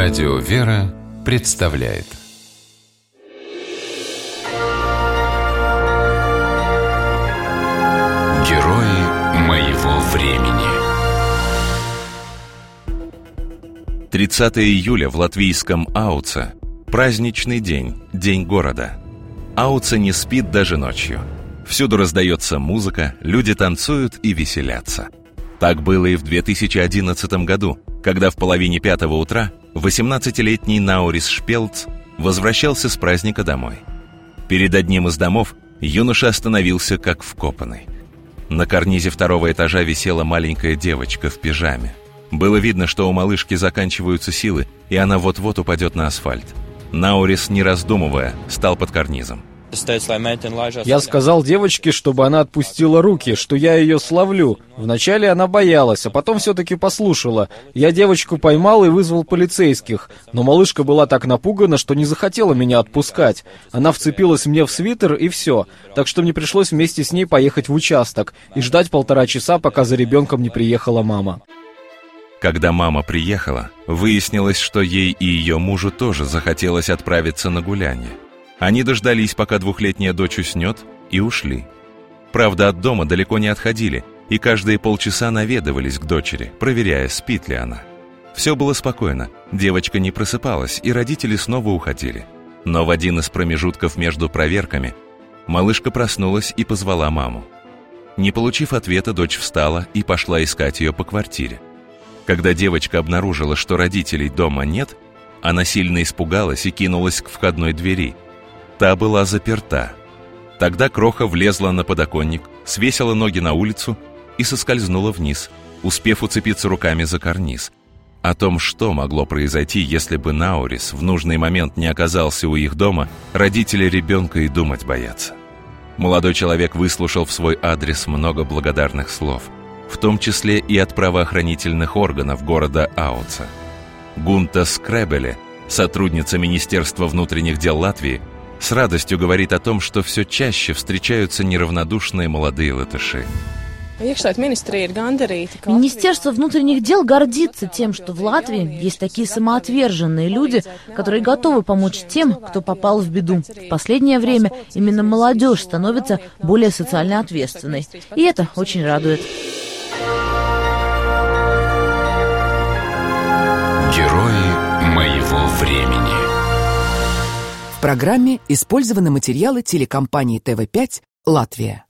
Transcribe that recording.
Радио «Вера» представляет Герои моего времени. 30 июля в латвийском Ауце. Праздничный день, день города. Ауце не спит даже ночью. Всюду раздается музыка, люди танцуют и веселятся. Так было и в 2011 году, когда в половине 5 утра 18-летний Наурис Шпелц возвращался с праздника домой. Перед одним из домов юноша остановился как вкопанный. На карнизе 2-го этажа висела маленькая девочка в пижаме. Было видно, что у малышки заканчиваются силы, и она вот-вот упадет на асфальт. Наурис, не раздумывая, стал под карнизом. Я сказал девочке, чтобы она отпустила руки, что я ее словлю. Вначале она боялась, а потом все-таки послушала. Я девочку поймал и вызвал полицейских, но малышка была так напугана, что не захотела меня отпускать. Она вцепилась мне в свитер и все, так что мне пришлось вместе с ней поехать в участок и ждать 1,5 часа, пока за ребенком не приехала мама. Когда мама приехала, выяснилось, что ей и ее мужу тоже захотелось отправиться на гуляние. Они дождались, пока 2-летняя дочь уснет, и ушли. Правда, от дома далеко не отходили, и каждые полчаса наведывались к дочери, проверяя, спит ли она. Все было спокойно, девочка не просыпалась, и родители снова уходили. Но в один из промежутков между проверками малышка проснулась и позвала маму. Не получив ответа, дочь встала и пошла искать ее по квартире. Когда девочка обнаружила, что родителей дома нет, она сильно испугалась и кинулась к входной двери. Та была заперта. Тогда Кроха влезла на подоконник, свесила ноги на улицу и соскользнула вниз, успев уцепиться руками за карниз. О том, что могло произойти, если бы Наурис в нужный момент не оказался у их дома, родители ребенка и думать боятся. Молодой человек выслушал в свой адрес много благодарных слов, в том числе и от правоохранительных органов города Ауце. Гунта Скребеле, сотрудница Министерства внутренних дел Латвии, с радостью говорит о том, что все чаще встречаются неравнодушные молодые латыши. Министерство внутренних дел гордится тем, что в Латвии есть такие самоотверженные люди, которые готовы помочь тем, кто попал в беду. В последнее время именно молодежь становится более социально ответственной. И это очень радует. Герои моего времени. В программе использованы материалы телекомпании ТВ5 «Латвия».